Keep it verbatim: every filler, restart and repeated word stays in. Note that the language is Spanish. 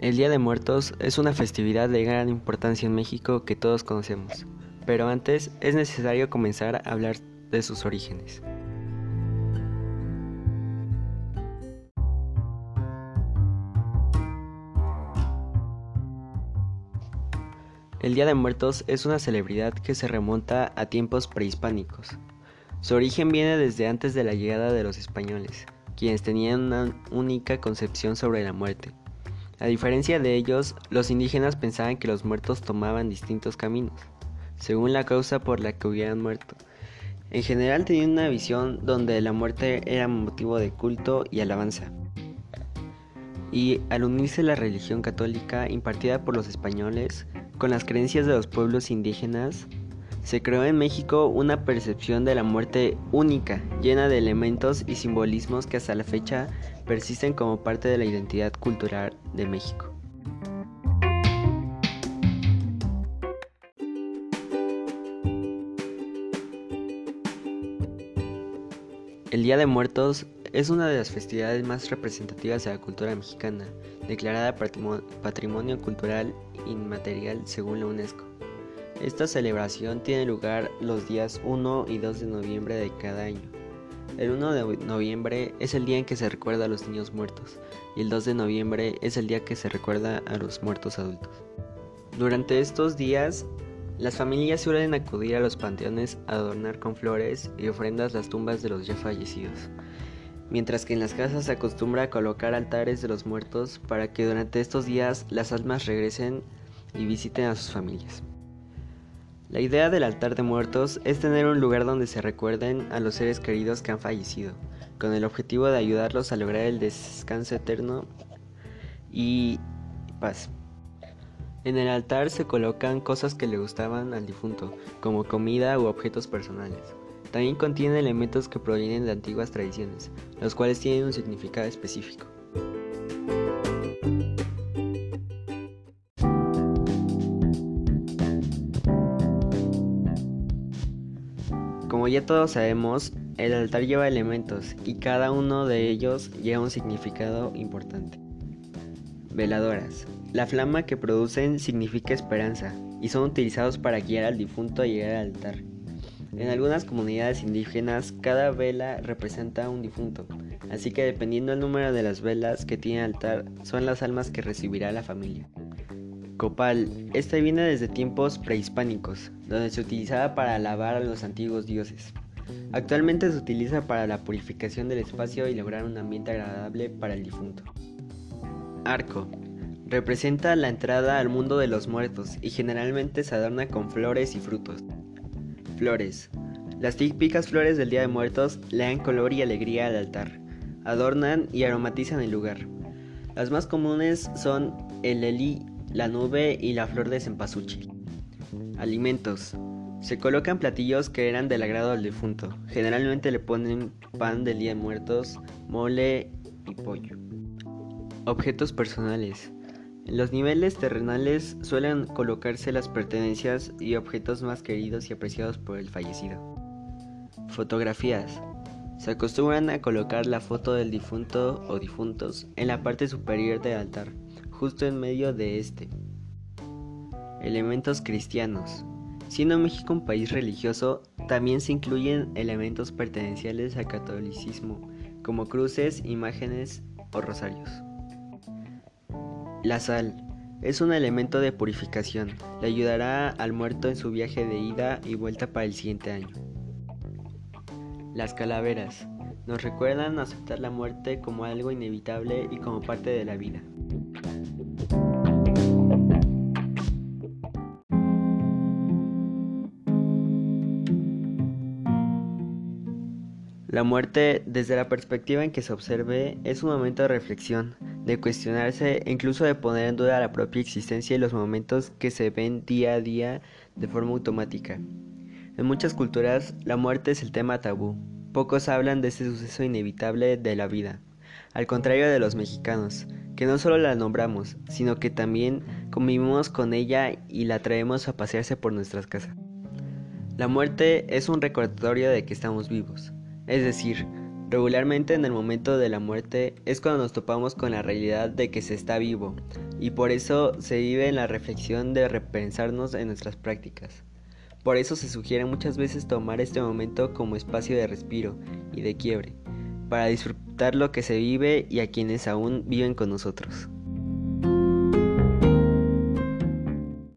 El Día de Muertos es una festividad de gran importancia en México que todos conocemos, pero antes es necesario comenzar a hablar de sus orígenes. El Día de Muertos es una celebridad que se remonta a tiempos prehispánicos. Su origen viene desde antes de la llegada de los españoles, quienes tenían una única concepción sobre la muerte. A diferencia de ellos, los indígenas pensaban que los muertos tomaban distintos caminos, según la causa por la que hubieran muerto. En general tenían una visión donde la muerte era motivo de culto y alabanza. Y al unirse la religión católica impartida por los españoles con las creencias de los pueblos indígenas, se creó en México una percepción de la muerte única, llena de elementos y simbolismos que hasta la fecha persisten como parte de la identidad cultural de México. El Día de Muertos es una de las festividades más representativas de la cultura mexicana, declarada Patrimonio Cultural Inmaterial según la UNESCO. Esta celebración tiene lugar los días uno y dos de noviembre de cada año. El uno de noviembre es el día en que se recuerda a los niños muertos y el dos de noviembre es el día que se recuerda a los muertos adultos. Durante estos días, las familias suelen acudir a los panteones a adornar con flores y ofrendas las tumbas de los ya fallecidos, mientras que en las casas se acostumbra a colocar altares de los muertos para que durante estos días las almas regresen y visiten a sus familias. La idea del altar de muertos es tener un lugar donde se recuerden a los seres queridos que han fallecido, con el objetivo de ayudarlos a lograr el descanso eterno y paz. En el altar se colocan cosas que le gustaban al difunto, como comida u objetos personales. También contiene elementos que provienen de antiguas tradiciones, los cuales tienen un significado específico. Como ya todos sabemos, el altar lleva elementos y cada uno de ellos lleva un significado importante. Veladoras. La flama que producen significa esperanza y son utilizados para guiar al difunto a llegar al altar. En algunas comunidades indígenas, cada vela representa a un difunto, así que dependiendo del número de las velas que tiene el altar, son las almas que recibirá la familia. Copal. Esta viene desde tiempos prehispánicos, donde se utilizaba para alabar a los antiguos dioses. Actualmente se utiliza para la purificación del espacio y lograr un ambiente agradable para el difunto. Arco. Representa la entrada al mundo de los muertos y generalmente se adorna con flores y frutos. Flores. Las típicas flores del Día de Muertos le dan color y alegría al altar, adornan y aromatizan el lugar. Las más comunes son el lelí, la nube y la flor de cempasúchil. Alimentos. Se colocan platillos que eran del agrado del difunto. Generalmente le ponen pan del Día de Muertos, mole y pollo. Objetos personales. En los niveles terrenales suelen colocarse las pertenencias y objetos más queridos y apreciados por el fallecido. Fotografías. Se acostumbran a colocar la foto del difunto o difuntos en la parte superior del altar, justo en medio de este. Elementos cristianos. Siendo México un país religioso, también se incluyen elementos perteneciales al catolicismo, como cruces, imágenes o rosarios. La sal. Es un elemento de purificación. Le ayudará al muerto en su viaje de ida y vuelta para el siguiente año. Las calaveras. Nos recuerdan aceptar la muerte como algo inevitable y como parte de la vida. La muerte, desde la perspectiva en que se observe, es un momento de reflexión, de cuestionarse e incluso de poner en duda la propia existencia y los momentos que se ven día a día de forma automática. En muchas culturas, la muerte es el tema tabú. Pocos hablan de este suceso inevitable de la vida, al contrario de los mexicanos, que no solo la nombramos, sino que también convivimos con ella y la traemos a pasearse por nuestras casas. La muerte es un recordatorio de que estamos vivos, es decir, regularmente en el momento de la muerte es cuando nos topamos con la realidad de que se está vivo. y por eso se vive en la reflexión de repensarnos en nuestras prácticas. Por eso se sugiere muchas veces tomar este momento como espacio de respiro y de quiebre, para disfrutar lo que se vive y a quienes aún viven con nosotros.